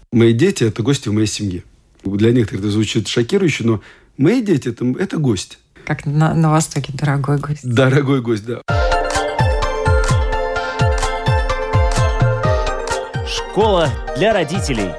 Мои дети – это гости в моей семье. Для некоторых это звучит шокирующе, но мои дети – это гость. Как на Востоке дорогой гость. Дорогой гость, да. Школа для родителей.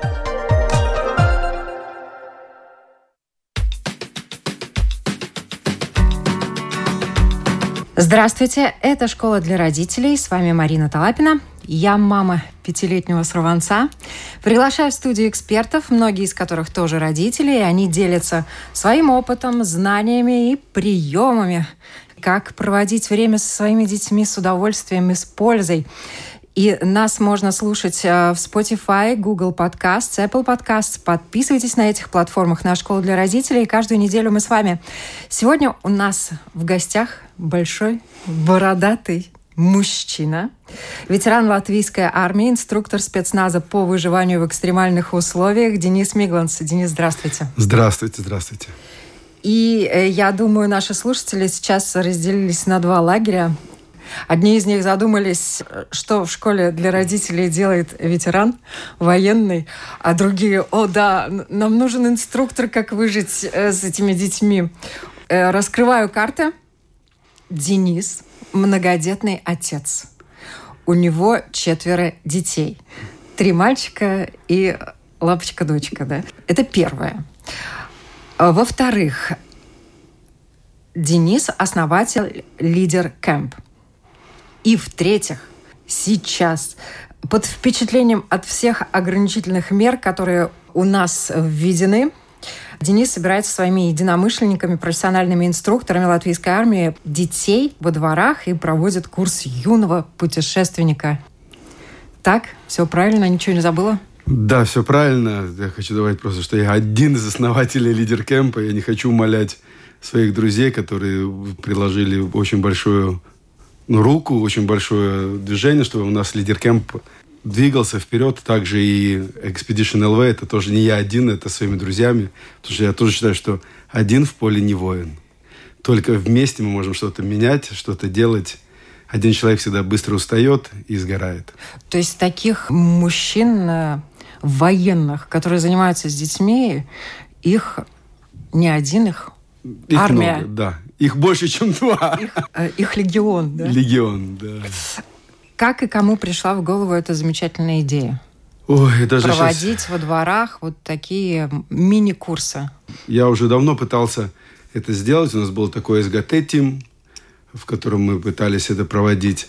Здравствуйте, это «Школа для родителей». С вами Марина Талапина. Я мама 5-летнего сорванца. Приглашаю в студию экспертов, многие из которых тоже родители, и они делятся своим опытом, знаниями и приемами, как проводить время со своими детьми с удовольствием и с пользой. И нас можно слушать в Spotify, Google Podcasts, Apple Podcasts. Подписывайтесь на этих платформах на «Школу для родителей». Каждую неделю мы с вами. Сегодня у нас в гостях большой, бородатый мужчина, ветеран латвийской армии, инструктор спецназа по выживанию в экстремальных условиях Денис Мигланс. Денис, здравствуйте. Здравствуйте, здравствуйте. И я думаю, наши слушатели сейчас разделились на два лагеря. Одни из них задумались, что в школе для родителей делает ветеран военный, а другие: о да, нам нужен инструктор, как выжить с этими детьми. Раскрываю карты. Денис – многодетный отец. У него 4 детей. 3 мальчика и лапочка-дочка, да? Это первое. Во-вторых, Денис – основатель Leader Camp. И в-третьих, сейчас, под впечатлением от всех ограничительных мер, которые у нас введены, Денис собирается со своими единомышленниками, профессиональными инструкторами латвийской армии детей во дворах и проводит курс юного путешественника. Так? Все правильно? Ничего не забыла? Да, все правильно. Я хочу добавить просто, что я один из основателей Leader Camp. Я не хочу умалять своих друзей, которые приложили очень большую руку, очень большое движение, чтобы у нас Leader Camp двигался вперед. Также и Expedition LV, это тоже не я один, это своими друзьями. Потому что я тоже считаю, что один в поле не воин. Только вместе мы можем что-то менять, что-то делать. Один человек всегда быстро устает и сгорает. То есть таких мужчин военных, которые занимаются с детьми, их не один, их армия. Много, да. Их больше, чем 2. Их легион, да? Легион, да. Как и кому пришла в голову эта замечательная идея? Ой, даже проводить сейчас... во дворах вот такие мини-курсы. Я уже давно пытался это сделать. У нас был такой СГТ-тим, в котором мы пытались это проводить.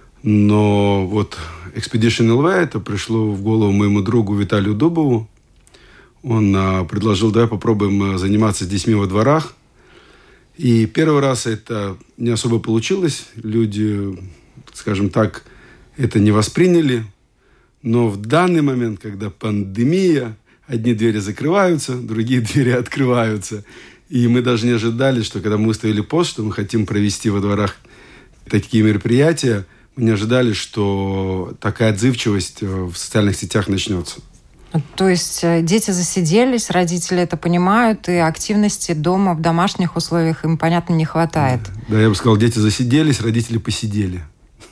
Но вот Expedition LV, это пришло в голову моему другу Виталию Дубову. Он предложил: давай попробуем заниматься с детьми во дворах. И первый раз это не особо получилось. Люди, скажем так, это не восприняли. Но в данный момент, когда пандемия, одни двери закрываются, другие двери открываются. И мы даже не ожидали, что когда мы выставили пост, что мы хотим провести во дворах такие мероприятия, мы не ожидали, что такая отзывчивость в социальных сетях начнется. То есть дети засиделись, родители это понимают, и активности дома, в домашних условиях им, понятно, не хватает. Да, я бы сказал, дети засиделись, родители посидели.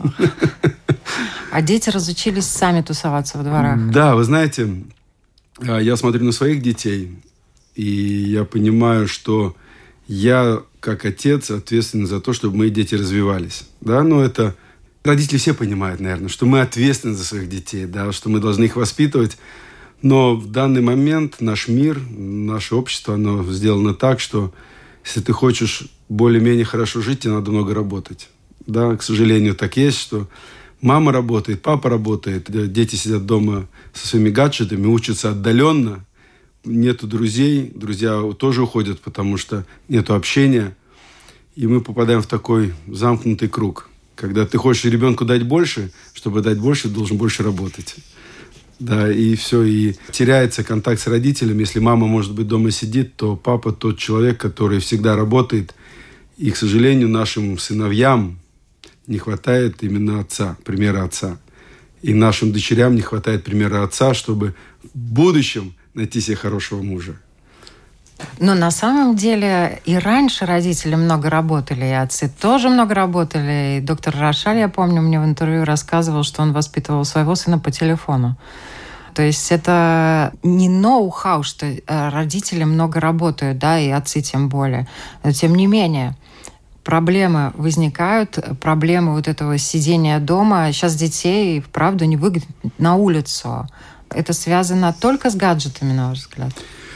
А дети разучились сами тусоваться во дворах. Да, вы знаете, я смотрю на своих детей, и я понимаю, что я, как отец, ответственен за то, чтобы мои дети развивались. Да, но это родители все понимают, наверное, что мы ответственны за своих детей, да, что мы должны их воспитывать. Но в данный момент наш мир, наше общество, оно сделано так, что если ты хочешь более-менее хорошо жить, тебе надо много работать. Да, к сожалению, так есть, что мама работает, папа работает, дети сидят дома со своими гаджетами, учатся отдаленно, нету друзей, друзья тоже уходят, потому что нету общения, и мы попадаем в такой замкнутый круг. Когда ты хочешь ребенку дать больше, чтобы дать больше, ты должен больше работать. Да, и все, и теряется контакт с родителями. Если мама, может быть, дома сидит, то папа тот человек, который всегда работает. И, к сожалению, нашим сыновьям не хватает именно отца, примера отца. И нашим дочерям не хватает примера отца, чтобы в будущем найти себе хорошего мужа. Но на самом деле и раньше родители много работали, и отцы тоже много работали. И доктор Рошаль, я помню, мне в интервью рассказывал, что он воспитывал своего сына по телефону. То есть это не ноу-хау, что родители много работают, да, и отцы тем более. Но тем не менее, проблемы возникают, проблемы вот этого сидения дома. Сейчас детей, вправду, не выгонят на улицу. Это связано только с гаджетами, на ваш взгляд?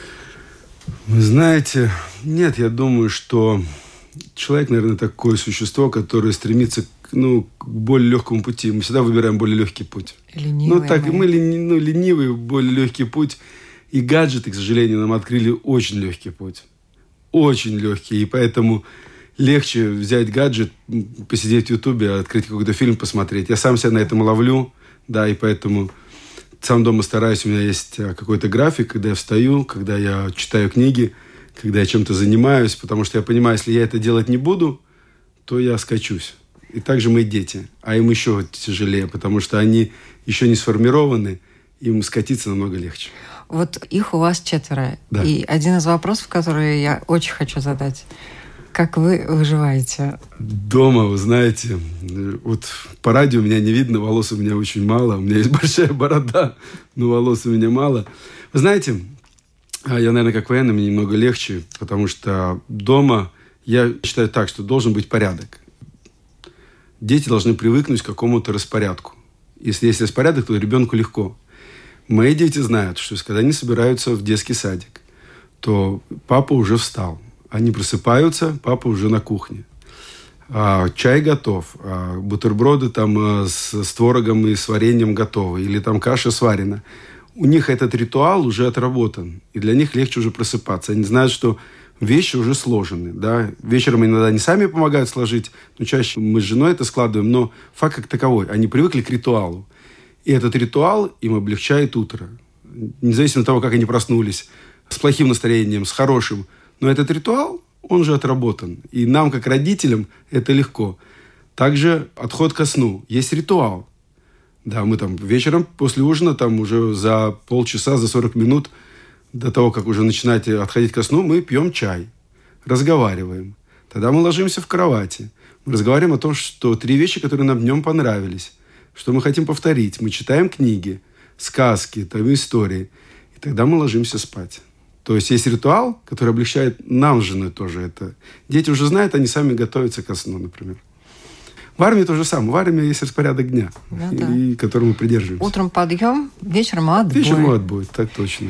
Вы знаете, нет, я думаю, что человек, наверное, такое существо, которое стремится к более легкому пути. Мы всегда выбираем более легкий путь. Ленивые. Мы ленивые, более легкий путь. И гаджеты, к сожалению, нам открыли очень легкий путь. Очень легкий. И поэтому легче взять гаджет, посидеть в Ютубе, открыть какой-то фильм, посмотреть. Я сам себя на этом ловлю, да, и поэтому сам дома стараюсь. У меня есть какой-то график, когда я встаю, когда я читаю книги, когда я чем-то занимаюсь, потому что я понимаю, если я это делать не буду, то я скачусь. И также мои дети. А им еще тяжелее, потому что они еще не сформированы, им скатиться намного легче. Вот их у вас 4. Да. И один из вопросов, который я очень хочу задать. Как вы выживаете? Дома, вы знаете, вот по радио меня не видно, волос у меня очень мало. У меня есть большая борода, но волос у меня мало. Вы знаете, я, наверное, как военный, мне немного легче, потому что дома я считаю так, что должен быть порядок. Дети должны привыкнуть к какому-то распорядку. Если есть распорядок, то ребенку легко. Мои дети знают, что когда они собираются в детский садик, то папа уже встал. Они просыпаются, папа уже на кухне. Чай готов, бутерброды там с творогом и с вареньем готовы, или там каша сварена. У них этот ритуал уже отработан, и для них легче уже просыпаться. Они знают, что вещи уже сложены. Да? Вечером иногда они сами помогают сложить, но чаще мы с женой это складываем, но факт как таковой. Они привыкли к ритуалу. И этот ритуал им облегчает утро. Независимо от того, как они проснулись, с плохим настроением, с хорошим. Но этот ритуал, он же отработан. И нам, как родителям, это легко. Также отход ко сну. Есть ритуал. Да, мы там вечером после ужина, там уже за полчаса, за 40 минут до того, как уже начинать отходить ко сну, мы пьем чай, разговариваем. Тогда мы ложимся в кровати. Мы разговариваем о том, что 3 вещи, которые нам днем понравились, что мы хотим повторить. Мы читаем книги, сказки, там, истории. И тогда мы ложимся спать. То есть есть ритуал, который облегчает нам с женой тоже это. Дети уже знают, они сами готовятся ко сну, например. В армии то же самое. В армии есть распорядок дня, и которому мы придерживаемся. Утром подъем, вечером отбой. Вечером отбой, так точно.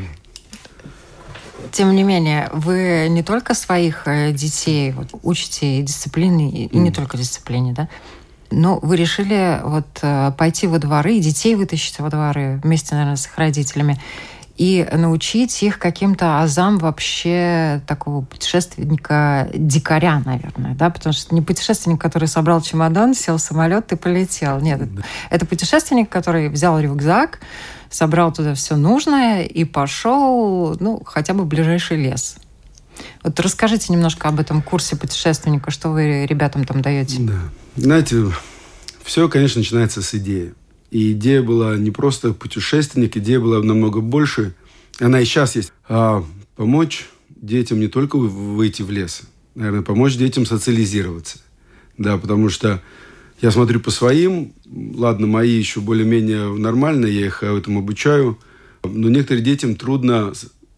Тем не менее, вы не только своих детей учите дисциплине, и не только дисциплине, да? Но вы решили пойти во дворы, и детей вытащить во дворы вместе, наверное, с их родителями, и научить их каким-то азам вообще такого путешественника-дикаря, наверное, да? Потому что не путешественник, который собрал чемодан, сел в самолет и полетел. Нет, это путешественник, который взял рюкзак, собрал туда все нужное и пошел, хотя бы в ближайший лес. Вот расскажите немножко об этом курсе путешественника, что вы ребятам там даете. Да. Знаете, все, конечно, начинается с идеи. И идея была не просто путешественник, идея была намного больше. Она и сейчас есть. Помочь детям не только выйти в лес, наверное, помочь детям социализироваться. Да, потому что я смотрю по своим, ладно, мои еще более-менее нормальные, я их этому обучаю, но некоторым детям трудно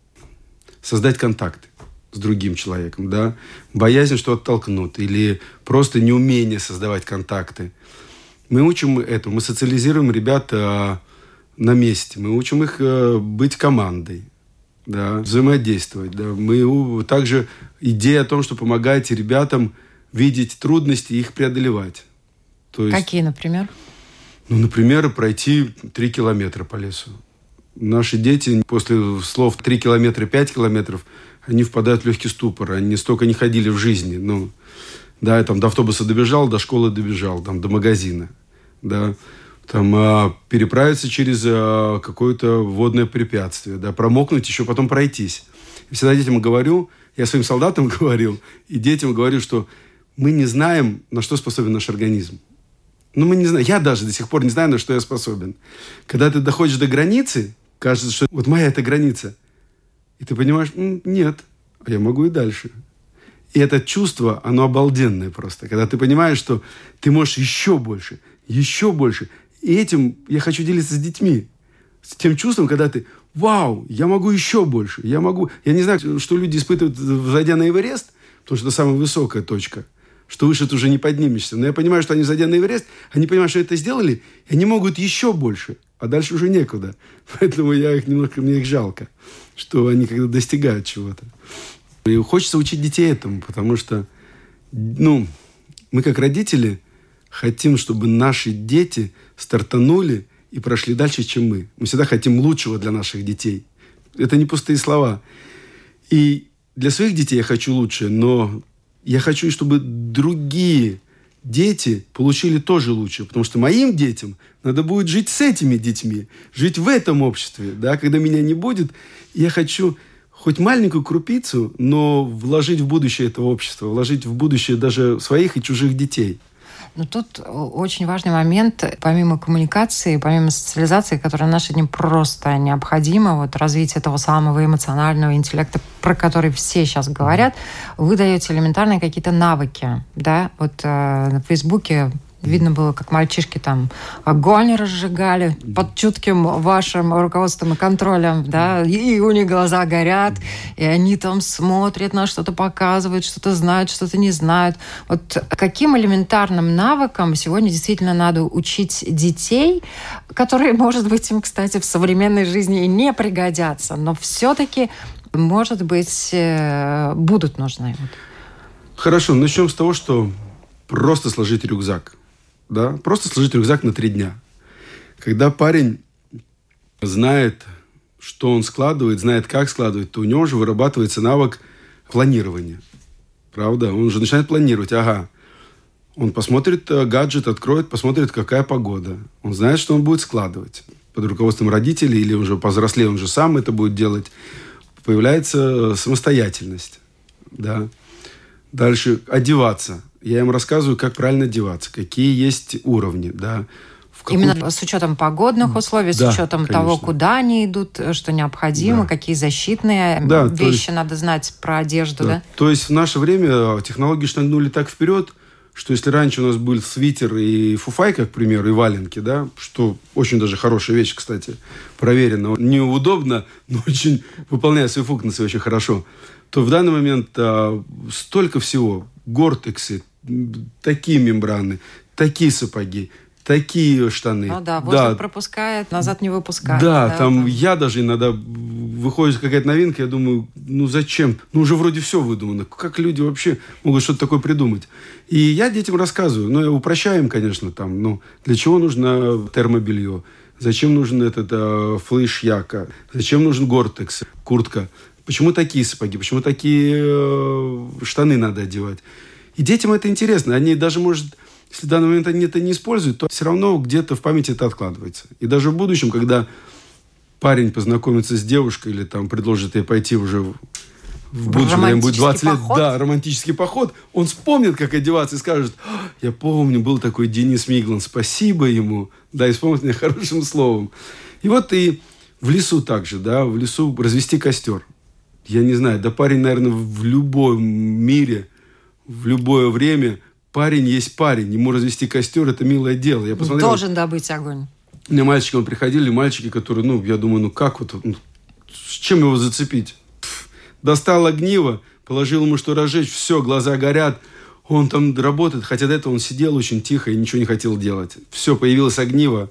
создать контакты с другим человеком, да, боязнь, что оттолкнут, или просто неумение создавать контакты. Мы учим этому, мы социализируем ребят на месте, мы учим их быть командой, да, взаимодействовать. Да. Мы также идея о том, что помогаете ребятам видеть трудности и их преодолевать. То есть, какие, например? Например, пройти 3 километра по лесу. Наши дети после слов 3 километра, 5 километров, они впадают в легкий ступор. Они столько не ходили в жизни. Да, я там до автобуса добежал, до школы добежал, там, до магазина. Да, там, переправиться через какое-то водное препятствие, да, промокнуть, еще потом пройтись. И всегда детям говорю, я своим солдатам говорил, и детям говорю, что мы не знаем, на что способен наш организм. Мы не знаем. Я даже до сих пор не знаю, на что я способен. Когда ты доходишь до границы, кажется, что вот моя эта граница. И ты понимаешь, нет, а я могу и дальше. И это чувство, оно обалденное просто. Когда ты понимаешь, что ты можешь еще больше. И этим я хочу делиться с детьми. с тем чувством, когда ты, вау, я могу еще больше, я не знаю, что люди испытывают, зайдя на Эверест, потому что это самая высокая точка, что выше ты уже не поднимешься. Но я понимаю, что они, зайдя на Эверест, они понимают, что это сделали, и они могут еще больше, а дальше уже некуда. Поэтому мне их жалко, что они когда достигают чего-то. И хочется учить детей этому, потому что, мы как родители хотим, чтобы наши дети стартанули и прошли дальше, чем мы. Мы всегда хотим лучшего для наших детей. Это не пустые слова. И для своих детей я хочу лучшее, но я хочу, чтобы другие дети получили тоже лучшее. Потому что моим детям надо будет жить с этими детьми, жить в этом обществе. Да? Когда меня не будет, я хочу хоть маленькую крупицу, но вложить в будущее этого общества, вложить в будущее даже своих и чужих детей. Но тут очень важный момент, помимо коммуникации, помимо социализации, которая в наши дни просто необходима, вот развитие этого самого эмоционального интеллекта, про который все сейчас говорят, вы даете элементарные какие-то навыки, да? Вот на Фейсбуке видно было, как мальчишки там огонь разжигали под чутким вашим руководством и контролем, да, и у них глаза горят, и они там смотрят на что-то, показывают, что-то знают, что-то не знают. Вот каким элементарным навыкам сегодня действительно надо учить детей, которые, может быть, им, кстати, в современной жизни и не пригодятся, но все-таки, может быть, будут нужны? Хорошо, начнем с того, что просто сложить рюкзак. Да? Просто сложить рюкзак на 3 дня. Когда парень знает, что он складывает, знает, как складывать, то у него же вырабатывается навык планирования. Правда? Он же начинает планировать. Ага. Он посмотрит гаджет, откроет, посмотрит, какая погода. Он знает, что он будет складывать. Под руководством родителей или уже повзрослее, он же сам это будет делать. Появляется самостоятельность. Да? Дальше одеваться. Я им рассказываю, как правильно одеваться, какие есть уровни. Да, именно с учетом погодных условий, с учетом того, куда они идут, что необходимо, какие защитные вещи надо знать про одежду. Да. То есть в наше время технологии шагнули так вперед, что если раньше у нас был свитер и фуфайка, к примеру, и валенки, да, что очень даже хорошая вещь, кстати, проверена, неудобно, но очень выполняет свои функции очень хорошо, то в данный момент столько всего. Гортексы, такие мембраны, такие сапоги, такие штаны. Ну да, воздух пропускает, назад не выпускает. Да, там я даже иногда выходит какая-то новинка, я думаю, зачем? Уже вроде все выдумано. Как люди вообще могут что-то такое придумать? И я детям рассказываю. Я упрощаю им, конечно, там, для чего нужно термобелье? Зачем нужен флеш-яка? Зачем нужен гортекс, куртка? Почему такие сапоги? Почему такие штаны надо одевать? И детям это интересно. Они даже, может, если в данный момент они это не используют, то все равно где-то в памяти это откладывается. И даже в будущем, когда парень познакомится с девушкой или там предложит ей пойти уже в будущем, когда ему будет 20 лет, романтический поход, он вспомнит, как одеваться и скажет: я помню, был такой Денис Миглан, спасибо ему, и вспомнит меня хорошим словом. И вот и в лесу также, в лесу развести костер. Я не знаю, парень, наверное, в любом мире, в любое время парень есть парень. Ему развести костер – это милое дело. Я посмотрел, должен добыть огонь. У меня мальчики приходили, мальчики, которые, я думаю, как с чем его зацепить? Достал огниво, положил ему что разжечь, все, глаза горят. Он там работает, хотя до этого он сидел очень тихо и ничего не хотел делать. Все, появилось огниво.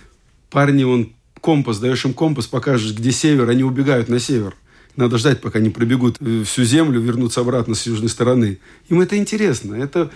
Парни, компас, даешь им компас, покажешь, где север, они убегают на север. Надо ждать, пока они пробегут всю землю, вернутся обратно с южной стороны. Им это интересно. Это,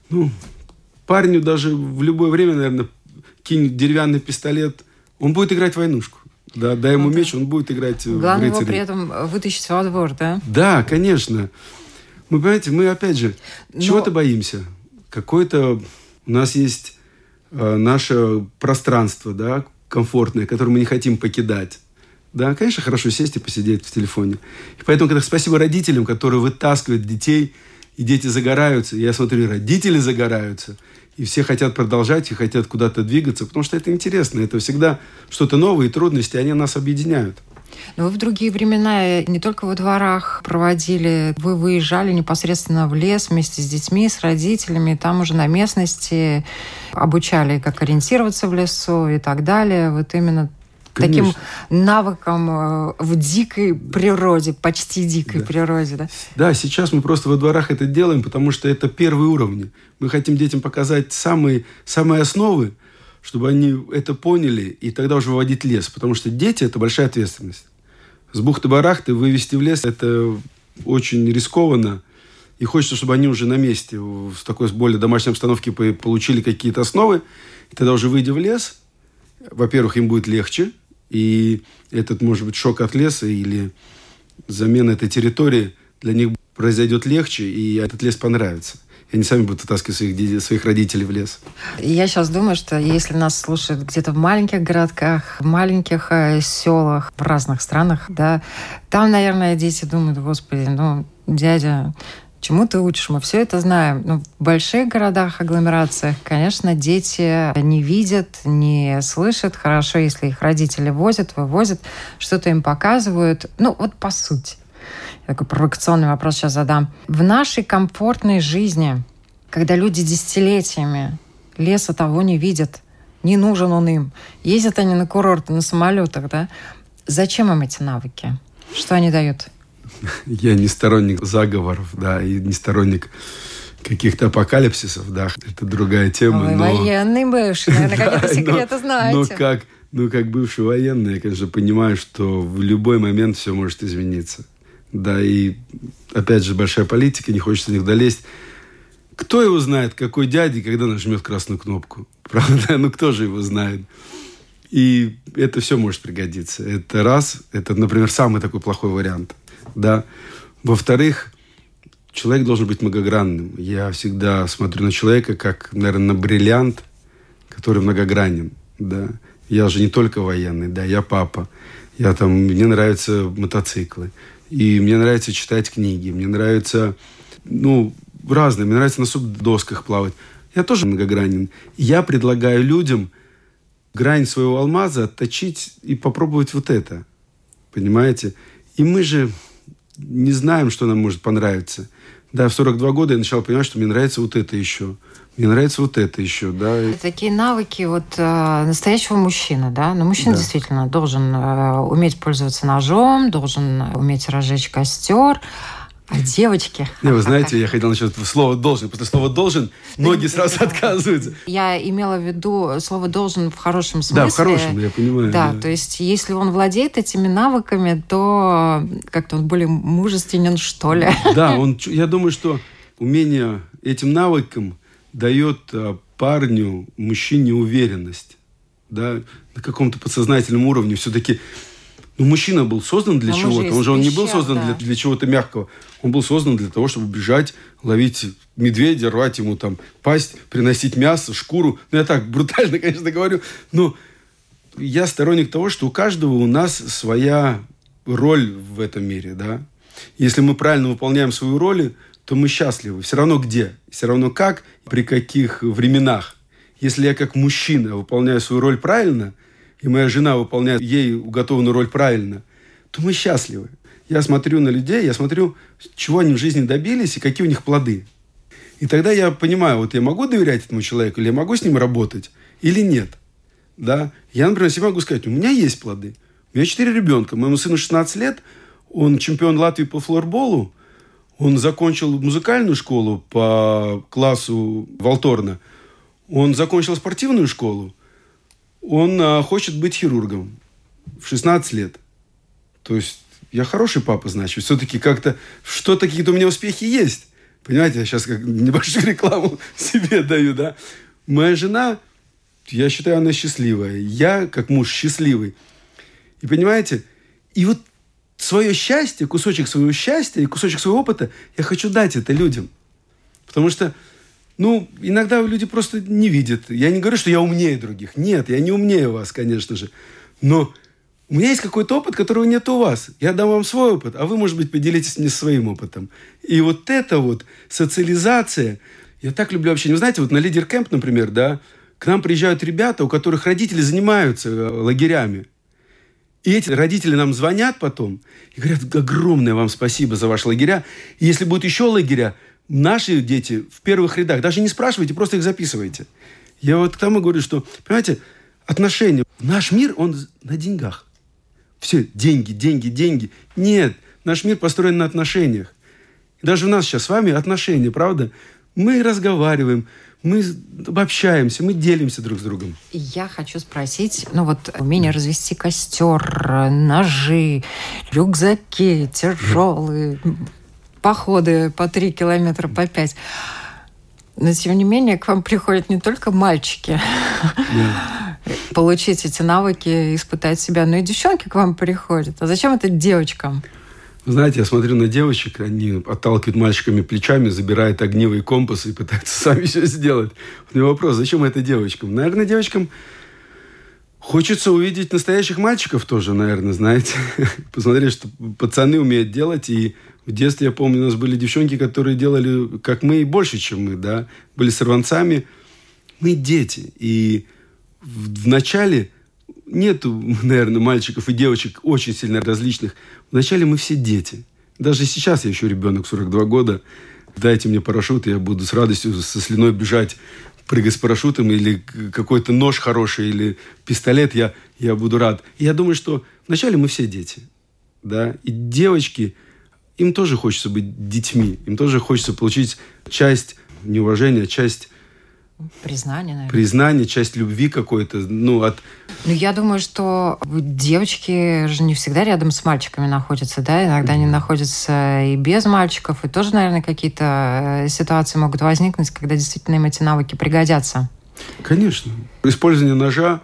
парню даже в любое время, наверное, кинь деревянный пистолет, он будет играть в войнушку. Да, дай ему меч, он будет играть в рыцаря. Главное его при этом вытащить во двор, да? Да, конечно. Мы, понимаете, мы опять же чего-то боимся. Какое-то у нас есть наше пространство, комфортное, которое мы не хотим покидать. Да, конечно, хорошо сесть и посидеть в телефоне. И поэтому спасибо родителям, которые вытаскивают детей, и дети загораются. И я смотрю, родители загораются. И все хотят продолжать, и хотят куда-то двигаться, потому что это интересно. Это всегда что-то новое, и трудности, они нас объединяют. Но вы в другие времена не только во дворах проводили, вы выезжали непосредственно в лес вместе с детьми, с родителями, там уже на местности обучали, как ориентироваться в лесу и так далее. Вот именно таким навыкам в дикой природе, почти дикой природе. Да? Да, сейчас мы просто во дворах это делаем, потому что это первые уровни. Мы хотим детям показать самые основы, чтобы они это поняли, и тогда уже выводить лес. Потому что дети – это большая ответственность. С бухты-барахты вывести в лес – это очень рискованно. И хочется, чтобы они уже на месте, в такой более домашней обстановке получили какие-то основы. И тогда уже, выйдя в лес, во-первых, им будет легче. И этот, может быть, шок от леса или замена этой территории для них произойдет легче, и этот лес понравится. И они сами будут вытаскивать своих родителей в лес. Я сейчас думаю, что если нас слушают где-то в маленьких городках, в маленьких селах, в разных странах, да, там, наверное, дети думают: господи, дядя, чему ты учишь? Мы все это знаем. Но в больших городах, агломерациях, конечно, дети не видят, не слышат. Хорошо, если их родители вывозят, что-то им показывают. Вот по сути. Такой провокационный вопрос сейчас задам. В нашей комфортной жизни, когда люди десятилетиями леса того не видят, не нужен он им, ездят они на курорты, на самолетах, да? Зачем им эти навыки? Что они дают? Я не сторонник заговоров, да, и не сторонник каких-то апокалипсисов, да, это другая тема. Вы военный бывший, наверное, какие-то секреты знаете. Как бывший военный, я, конечно, понимаю, что в любой момент все может измениться. Да, и опять же, большая политика, не хочется в них долезть. Кто его знает, какой дядя, когда нажмет красную кнопку? Правда? Кто же его знает? И это все может пригодиться. Это раз, это, например, самый такой плохой вариант. Да. Во-вторых, человек должен быть многогранным. Я всегда смотрю на человека как, наверное, на бриллиант, который многогранен. Да. Я же не только военный, да, я папа. Мне нравятся мотоциклы. И мне нравится читать книги. Мне нравится, разные. Мне нравится на суп-досках плавать. Я тоже многогранен. Я предлагаю людям грань своего алмаза отточить и попробовать вот это. Понимаете? И мы же не знаем, что нам может понравиться. Да, в 42 года я начал понимать, что мне нравится вот это еще. Мне нравится вот это еще, да. Такие навыки настоящего мужчины, да? Но мужчина действительно должен уметь пользоваться ножом, должен уметь разжечь костер. А девочки... Вы знаете, я хотел насчет слова «должен». После слова «должен» многие сразу отказываются. Я имела в виду слово «должен» в хорошем смысле. Да, в хорошем, я понимаю. Да, то есть если он владеет этими навыками, то как-то он более мужественен, что ли. Да, я думаю, что умение этим навыкам дает парню, мужчине уверенность. Да, на каком-то подсознательном уровне все-таки... мужчина был создан для чего-то. Он не был создан для чего-то мягкого. Он был создан для того, чтобы бежать, ловить медведя, рвать ему пасть, приносить мясо, шкуру. Я так брутально, конечно, говорю. Но я сторонник того, что у нас своя роль в этом мире. Да? Если мы правильно выполняем свою роль, то мы счастливы. Все равно где, все равно как, при каких временах. Если я как мужчина выполняю свою роль правильно, и моя жена выполняет ей уготованную роль правильно, то мы счастливы. Я смотрю на людей, я смотрю, чего они в жизни добились и какие у них плоды. И тогда я понимаю, я могу доверять этому человеку, или я могу с ним работать, или нет. Да? Я, например, себе могу сказать, у меня есть плоды. У меня 4 ребенка. Моему сыну 16 лет, он чемпион Латвии по флорболу, он закончил музыкальную школу по классу Валторна, он закончил спортивную школу, он хочет быть хирургом в 16 лет. То есть я хороший папа, значит. Все-таки какие-то у меня успехи есть. Понимаете, я сейчас как небольшую рекламу себе даю, да. Моя жена, я считаю, она счастливая. Я, как муж, счастливый. И понимаете, и свое счастье, кусочек своего счастья и кусочек своего опыта я хочу дать это людям. Потому что иногда люди просто не видят. Я не говорю, что я умнее других. Нет, я не умнее вас, конечно же. Но у меня есть какой-то опыт, которого нет у вас. Я дам вам свой опыт, а вы, может быть, поделитесь мне своим опытом. И эта социализация, я так люблю общение. Вы знаете, на лидер-кэмп, например, да, к нам приезжают ребята, у которых родители занимаются лагерями. И эти родители нам звонят потом и говорят: огромное вам спасибо за ваши лагеря. И если будут еще лагеря, наши дети в первых рядах. Даже не спрашивайте, просто их записывайте. Я к тому говорю, что, понимаете, отношения. Наш мир, он на деньгах. Все, деньги, деньги, деньги. Нет, наш мир построен на отношениях. Даже у нас сейчас с вами отношения, правда? Мы разговариваем, мы общаемся, мы делимся друг с другом. Я хочу спросить, умение развести костер, ножи, рюкзаки тяжелые, походы по 3 километра, по 5. Но, тем не менее, к вам приходят не только мальчики получить эти навыки, испытать себя, но и девчонки к вам приходят. А зачем это девочкам? Вы знаете, я смотрю на девочек, они отталкивают мальчиками плечами, забирают огнивые компасы и пытаются сами все сделать. У меня вопрос, зачем это девочкам? Наверное, девочкам хочется увидеть настоящих мальчиков тоже, наверное, знаете. Посмотреть, что пацаны умеют делать. И в детстве, я помню, у нас были девчонки, которые делали, как мы, и больше, чем мы, да. Были сорванцами. Мы дети. И в начале нету, наверное, мальчиков и девочек очень сильно различных. Вначале мы все дети. Даже сейчас я еще ребенок, 42 года. Дайте мне парашют, и я буду с радостью со слюной бежать, прыгать с парашютом, или какой-то нож хороший, или пистолет, я буду рад. И я думаю, что вначале мы все дети. Да? И девочки, им тоже хочется быть детьми. Им тоже хочется получить часть неуважения, часть признание, наверное. Признание, часть любви какой-то. Я думаю, что девочки же не всегда рядом с мальчиками находятся, да? Иногда они находятся и без мальчиков. И тоже, наверное, какие-то ситуации могут возникнуть, когда действительно им эти навыки пригодятся. Конечно. Использование ножа,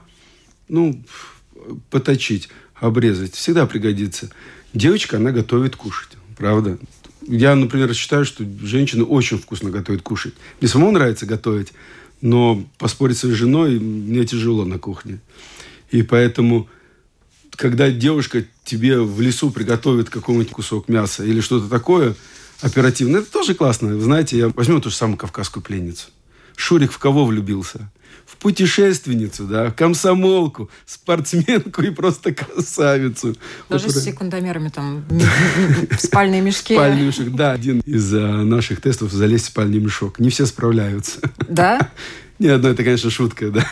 поточить, обрезать, всегда пригодится. Девочка, она готовит кушать. Правда? Я, например, считаю, что женщины очень вкусно готовят кушать. Мне самому нравится готовить, но поспорить с своей женой мне тяжело на кухне. И поэтому, когда девушка тебе в лесу приготовит какой-нибудь кусок мяса или что-то такое оперативно, это тоже классно. Вы знаете, возьмем ту же самую кавказскую пленницу. Шурик в кого влюбился? В путешественницу, да, комсомолку, спортсменку и просто красавицу. Даже с секундомерами там в спальные мешки. Спальный мешок, да. Один из наших тестов залезть в спальный мешок. Не все справляются. Да? Нет, это, конечно, шутка, да.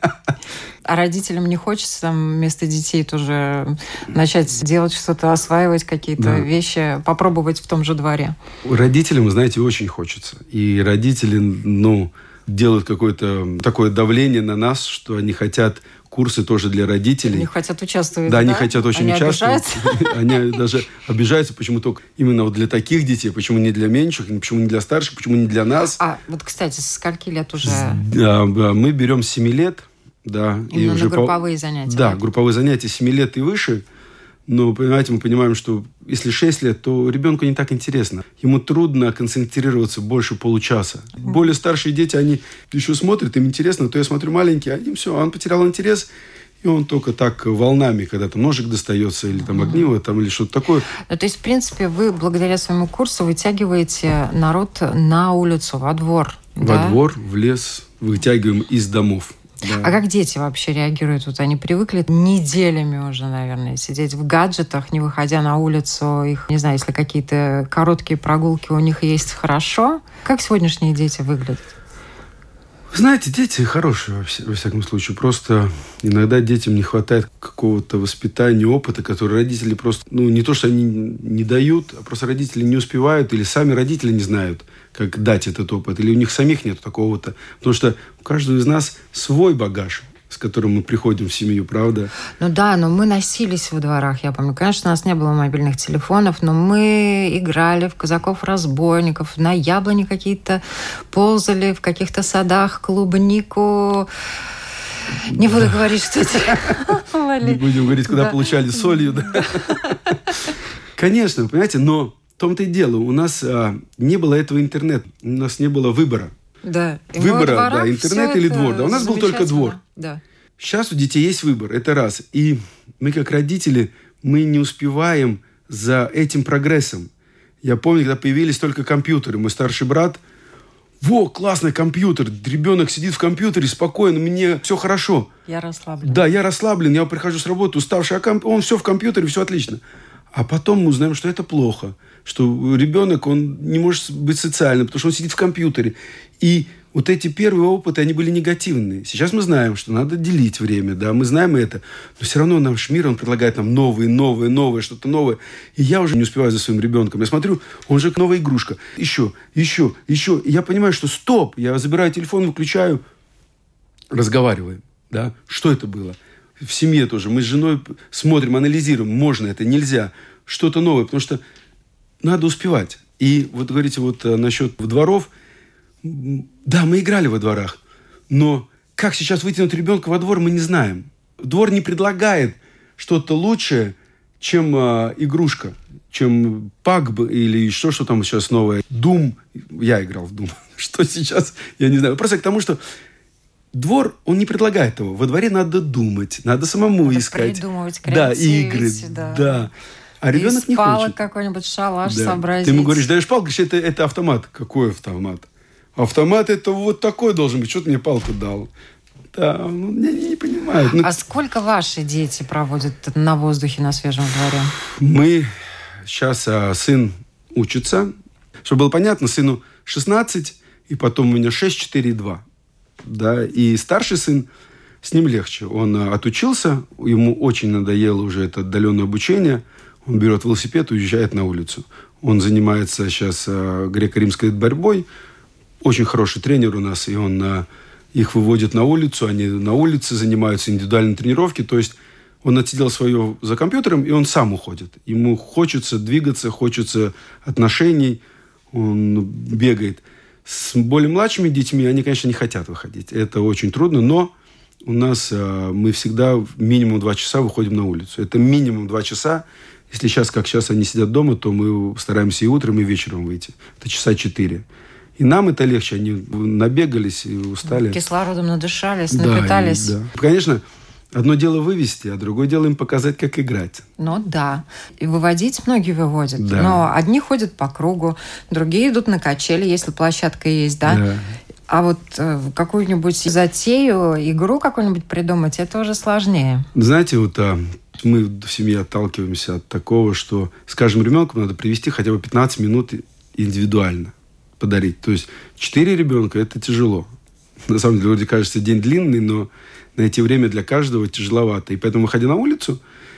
А родителям не хочется там вместо детей тоже начать делать что-то, осваивать какие-то вещи, попробовать в том же дворе? Родителям, знаете, очень хочется. И родители, делают какое-то такое давление на нас, что они хотят курсы тоже для родителей. Они хотят участвовать, да? Они хотят очень участвовать. Обижаются? Они даже обижаются, почему только именно для таких детей, почему не для меньших, почему не для старших, почему не для нас. Кстати, со скольки лет уже? Да, мы берем с 7 лет. Да, и уже групповые занятия. Да, групповые занятия 7 лет и выше. Но, понимаете, мы понимаем, что если 6 лет, то ребенку не так интересно. Ему трудно концентрироваться больше получаса. Более старшие дети, они еще смотрят, им интересно, то я смотрю маленькие, а им все, он потерял интерес, и он только так волнами, когда там ножик достается, или там огниво, или что-то такое. То есть, в принципе, вы благодаря своему курсу вытягиваете народ на улицу, во двор. Во двор, в лес, вытягиваем из домов. Да. А как дети вообще реагируют? Они привыкли неделями уже, наверное, сидеть в гаджетах, не выходя на улицу. Их, не знаю, если какие-то короткие прогулки у них есть, хорошо. Как сегодняшние дети выглядят? Вы знаете, дети хорошие, во всяком случае. Просто иногда детям не хватает какого-то воспитания, опыта, который родители просто... не то, что они не дают, а просто родители не успевают, или сами родители не знают, как дать этот опыт, или у них самих нет такого-то. Потому что у каждого из нас свой багаж, с которым мы приходим в семью, правда? Но мы носились во дворах, я помню. Конечно, у нас не было мобильных телефонов, но мы играли в казаков-разбойников, на яблони какие-то ползали, в каких-то садах клубнику. Не буду говорить, что это. Не будем говорить, куда получали солью. Конечно, понимаете, но в том-то и дело. У нас не было этого интернета, у нас не было выбора. Да. Выбора, интернет или двор. Да, у нас был только двор. Да. Сейчас у детей есть выбор, это раз. И мы, как родители, мы не успеваем за этим прогрессом. Я помню, когда появились только компьютеры. Мой старший брат, классный компьютер. Ребенок сидит в компьютере спокойно, мне все хорошо. Я расслаблен. Да, я расслаблен, я прихожу с работы, уставший, он все в компьютере, все отлично. А потом мы узнаем, что это плохо. Что ребенок, он не может быть социальным, потому что он сидит в компьютере. И вот эти первые опыты, они были негативные. Сейчас мы знаем, что надо делить время, да, мы знаем это. Но все равно наш мир, он предлагает нам новое, что-то новое. И я уже не успеваю за своим ребенком. Я смотрю, он же новая игрушка. Еще. И я понимаю, что стоп. Я забираю телефон, выключаю, разговариваем. Да? Что это было? В семье тоже. Мы с женой смотрим, анализируем. Можно это, нельзя. Что-то новое. Потому что надо успевать. И вот говорите вот насчет дворов. Да, мы играли во дворах, но как сейчас вытянуть ребенка во двор, мы не знаем. Двор не предлагает что-то лучшее, чем игрушка, чем паг или что там сейчас новое. Doom. Я играл в Doom. Что сейчас, я не знаю. Просто к тому, что двор, он не предлагает того. Во дворе надо думать, надо самому надо искать. Придумывать, креативить. Да, игры. Да. А ребенок не хочет. Палок какой-нибудь, шалаш сообразить. Ты ему говоришь, даешь палку, говоришь, это автомат. Какой автомат? Автомат это вот такой должен быть. Что ты мне палку дал? Да, не понимают. А сколько ваши дети проводят на воздухе, на свежем дворе? Мы сейчас сын учится. Чтобы было понятно, сыну 16, и потом у меня 6, 4 и 2. Да, и старший сын, с ним легче. Он отучился, ему очень надоело уже это отдаленное обучение. Он берет велосипед и уезжает на улицу. Он занимается сейчас греко-римской борьбой. Очень хороший тренер у нас, и он их выводит на улицу, они на улице занимаются индивидуальной тренировки, то есть он отсидел свое за компьютером, и он сам уходит. Ему хочется двигаться, хочется отношений, он бегает. С более младшими детьми они, конечно, не хотят выходить. Это очень трудно, но у нас мы всегда минимум 2 часа выходим на улицу. Это минимум 2 часа. Если сейчас, как сейчас, они сидят дома, то мы стараемся и утром, и вечером выйти. Это часа 4. И нам это легче. Они набегались и устали. Кислородом надышались, напитались. Да. Конечно, одно дело вывести, а другое дело им показать, как играть. Ну да. И выводить многие выводят. Да. Но одни ходят по кругу, другие идут на качели, если площадка есть, да? А вот какую-нибудь затею, игру какую-нибудь придумать, это уже сложнее. Знаете, вот мы в семье отталкиваемся от такого, что с каждым ребенком надо привести хотя бы 15 минут индивидуально. Подарить. То есть 4 ребенка – это тяжело. На самом деле, вроде кажется, день длинный, но найти время для каждого тяжеловато. И поэтому, выходя на улицу,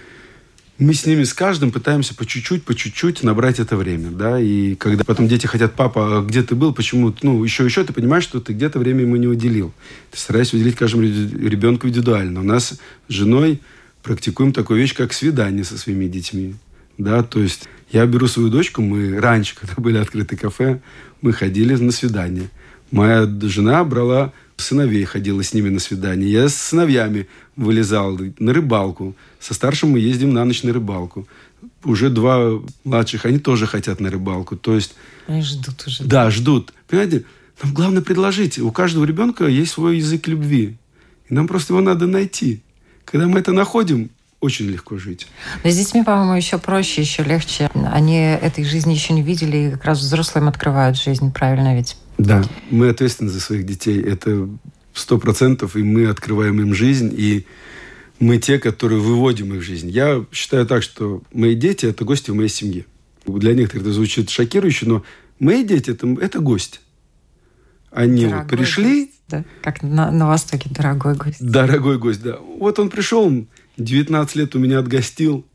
мы с ними, с каждым пытаемся по чуть-чуть набрать это время. Да? И когда потом дети хотят: папа, а где ты был? Почему? Еще, ты понимаешь, что ты где-то время ему не уделил. Ты стараешься уделить каждому ребенку индивидуально. У нас с женой практикуем такую вещь, как свидание со своими детьми. Да? То есть я беру свою дочку, мы раньше, когда были открыты кафе, мы ходили на свидание. Моя жена брала сыновей, ходила с ними на свидание. Я с сыновьями вылезал на рыбалку. Со старшим мы ездим на ночь на рыбалку. Уже 2 младших, они тоже хотят на рыбалку. То есть... Они ждут уже. Да, ждут. Понимаете, нам главное предложить. У каждого ребенка есть свой язык любви. И нам просто его надо найти. Когда мы это находим, очень легко жить. Но с детьми, по-моему, еще проще, еще легче. Они этой жизни еще не видели, и как раз взрослым открывают жизнь, правильно ведь? Да, мы ответственны за своих детей. Это 100%, и мы открываем им жизнь, и мы те, которые выводим их в жизнь. Я считаю так, что мои дети – это гости в моей семье. Для некоторых это звучит шокирующе, но мои дети – это гости. Они вот пришли... Гость, да? Как на Востоке дорогой гость. Дорогой гость, да. Вот он пришел, 19 лет у меня отгостил,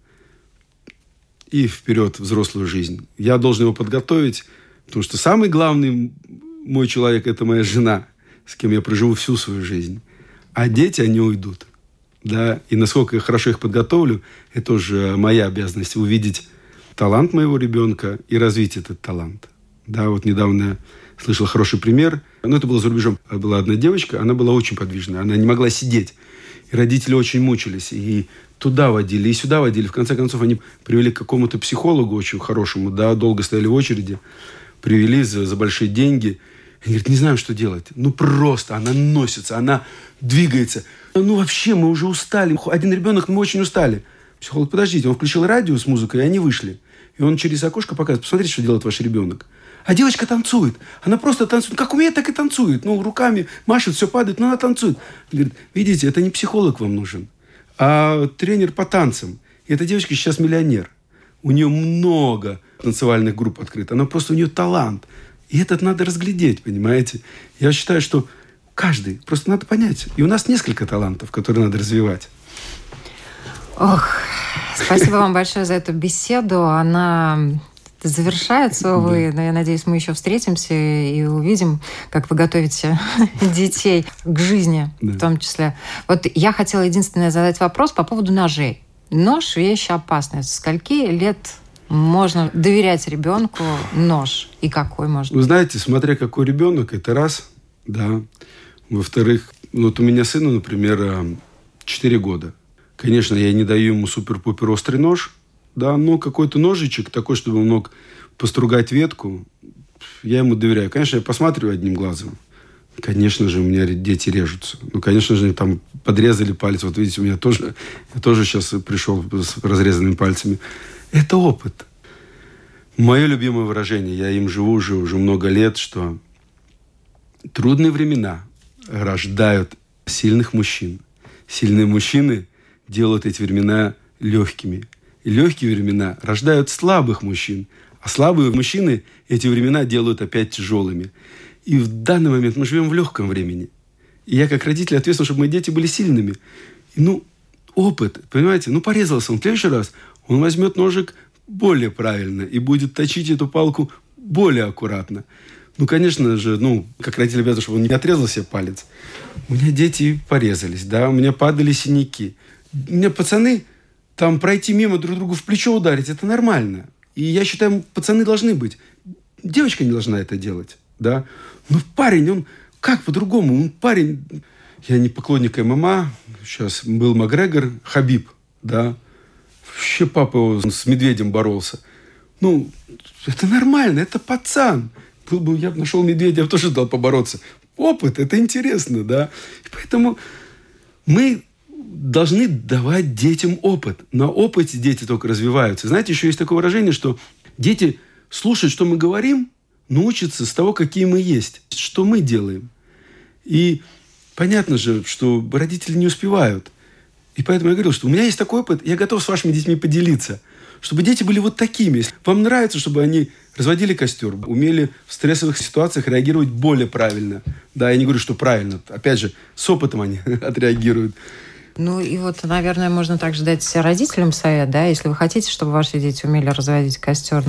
и вперед, взрослую жизнь. Я должен его подготовить, потому что самый главный мой человек – это моя жена, с кем я проживу всю свою жизнь. А дети, они уйдут. Да? И насколько я хорошо их подготовлю, это уже моя обязанность – увидеть талант моего ребенка и развить этот талант. Да, вот недавно я слышал хороший пример. Это было за рубежом. Была одна девочка, она была очень подвижная, она не могла сидеть. И родители очень мучились. И туда водили, и сюда водили. В конце концов, они привели к какому-то психологу очень хорошему. Да, долго стояли в очереди. Привели за большие деньги. Они говорят: не знаем, что делать. Просто она носится, она двигается. Вообще, мы уже устали. Один ребенок, мы очень устали. Психолог: подождите. Он включил радио с музыкой, и они вышли. И он через окошко показывает: посмотрите, что делает ваш ребенок. А девочка танцует. Она просто танцует. Как умеет, так и танцует. Руками машет, все падает, но она танцует. Говорит: видите, это не психолог вам нужен, а тренер по танцам. И эта девочка сейчас миллионер. У нее много танцевальных групп открыто. У нее талант. И это надо разглядеть, понимаете? Я считаю, что каждый, просто надо понять. И у нас несколько талантов, которые надо развивать. Ох, спасибо вам большое за эту беседу. Она завершается, увы, но я надеюсь, мы еще встретимся и увидим, как вы готовите детей к жизни, в том числе. Вот я хотела единственное задать вопрос по поводу ножей. Нож – вещь опасная. С скольки лет можно доверять ребенку нож? И какой может быть? Вы знаете, смотря какой ребенок, это раз, да. Во-вторых, вот у меня сыну, например, 4 года. Конечно, я не даю ему супер-пупер острый нож, да, но какой-то ножичек такой, чтобы он мог постругать ветку, я ему доверяю. Конечно, я посматриваю одним глазом. Конечно же, у меня дети режутся. Ну, конечно же, там подрезали палец. Вот видите, у меня тоже... Я тоже сейчас пришел с разрезанными пальцами. Это опыт. Мое любимое выражение, я им живу уже много лет, что трудные времена рождают сильных мужчин. Сильные мужчины делают эти времена легкими. И легкие времена рождают слабых мужчин. А слабые мужчины эти времена делают опять тяжелыми. И в данный момент мы живем в легком времени. И я, как родитель, ответственен, чтобы мои дети были сильными. И, опыт, понимаете, порезался он в следующий раз, он возьмет ножик более правильно и будет точить эту палку более аккуратно. Конечно же, как родитель обязан, чтобы он не отрезал себе палец. У меня дети порезались, да, у меня падали синяки. У меня пацаны, там пройти мимо друг другу в плечо ударить, это нормально. И я считаю, пацаны должны быть. Девочка не должна это делать, да. Парень, он как по-другому? Он парень... Я не поклонник ММА. Сейчас был Макгрегор, Хабиб, да. Вообще папа его с медведем боролся. Это нормально, это пацан. Я бы нашел медведя, я бы тоже дал побороться. Опыт, это интересно, да. И поэтому мы должны давать детям опыт. На опыте дети только развиваются. Знаете, еще есть такое выражение, что дети слушают, что мы говорим, научатся с того, какие мы есть, что мы делаем. И понятно же, что родители не успевают. И поэтому я говорил, что у меня есть такой опыт, я готов с вашими детьми поделиться. Чтобы дети были вот такими. Вам нравится, чтобы они разводили костер, умели в стрессовых ситуациях реагировать более правильно. Да, я не говорю, что правильно. Опять же, с опытом они отреагируют. И наверное, можно также дать родителям совет, да, если вы хотите, чтобы ваши дети умели разводить костер,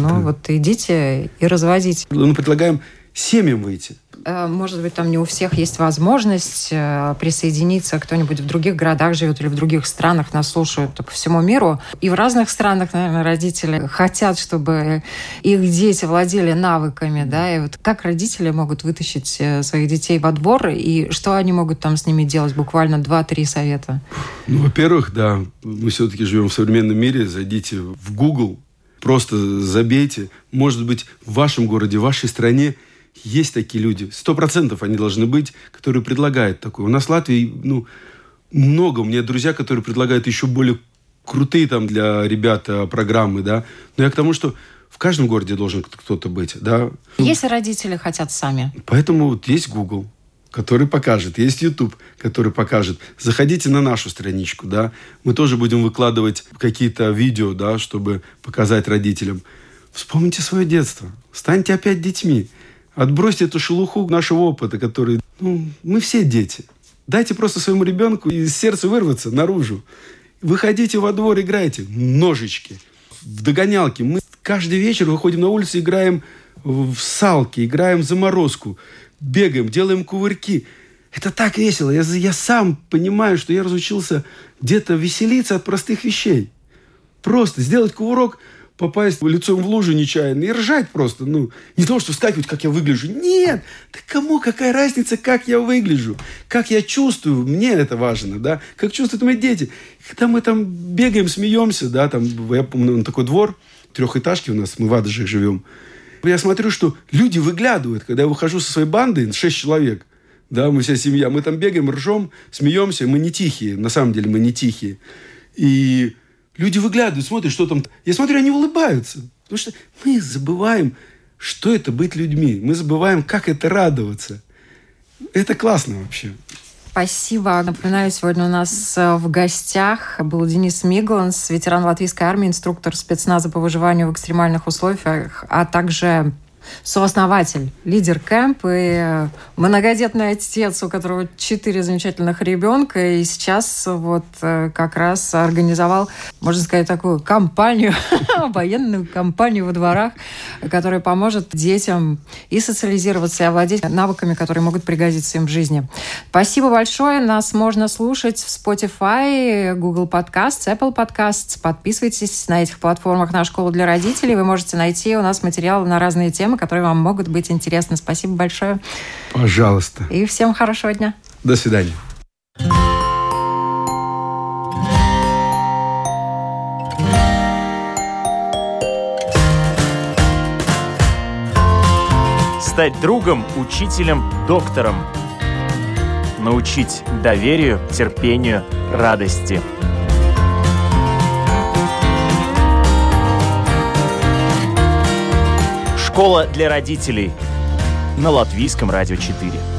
идите и разводите. Мы предлагаем семьям выйти. Может быть, там не у всех есть возможность присоединиться, кто-нибудь в других городах живет или в других странах, нас слушают по всему миру. И в разных странах, наверное, родители хотят, чтобы их дети владели навыками, да, и как родители могут вытащить своих детей во двор, и что они могут там с ними делать? Буквально 2-3 совета. Во-первых, да, мы все-таки живем в современном мире, зайдите в Google, просто забейте, может быть, в вашем городе, в вашей стране есть такие люди, 100% они должны быть, которые предлагают такое. У нас в Латвии, много. У меня друзья, которые предлагают еще более крутые там для ребят программы, да. Но я к тому, что в каждом городе должен кто-то быть, да. Если родители хотят сами. Поэтому есть Google, который покажет, есть YouTube, который покажет. Заходите на нашу страничку, да. Мы тоже будем выкладывать какие-то видео, да, чтобы показать родителям. Вспомните свое детство. Станьте опять детьми. Отбросьте эту шелуху нашего опыта, который... мы все дети. Дайте просто своему ребенку из сердца вырваться наружу. Выходите во двор, играйте. Ножички. В догонялки. Мы каждый вечер выходим на улицу, играем в салки, играем в заморозку. Бегаем, делаем кувырки. Это так весело. Я сам понимаю, что я разучился где-то веселиться от простых вещей. Просто сделать кувырок, попасть лицом в лужу нечаянно и ржать просто. Не то, что вскакивать, как я выгляжу. Нет! Да кому какая разница, как я выгляжу? Как я чувствую? Мне это важно, да? Как чувствуют мои дети? Когда мы там бегаем, смеемся, да, там, я помню, такой двор, 3-этажки у нас, мы в Адаже живем. Я смотрю, что люди выглядывают, когда я выхожу со своей бандой, 6 человек, да, мы вся семья, мы там бегаем, ржем, смеемся, мы не тихие, на самом деле мы не тихие. И люди выглядывают, смотрят, что там. Я смотрю, они улыбаются. Потому что мы забываем, что это быть людьми. Мы забываем, как это радоваться. Это классно вообще. Спасибо. Напоминаю, сегодня у нас в гостях был Денис Мигланс, ветеран латвийской армии, инструктор спецназа по выживанию в экстремальных условиях, а также сооснователь Leader Camp и многодетный отец, у которого 4 замечательных ребенка, и сейчас вот как раз организовал, можно сказать, такую кампанию, военную кампанию во дворах, которая поможет детям и социализироваться, и овладеть навыками, которые могут пригодиться им в жизни. Спасибо большое. Нас можно слушать в Spotify, Google Podcasts, Apple Podcasts. Подписывайтесь на этих платформах на «Школу для родителей». Вы можете найти у нас материалы на разные темы, которые вам могут быть интересны. Спасибо большое. Пожалуйста. И всем хорошего дня. До свидания. Стать другом, учителем, доктором. Научить доверию, терпению, радости. Школа для родителей на Латвийском радио 4.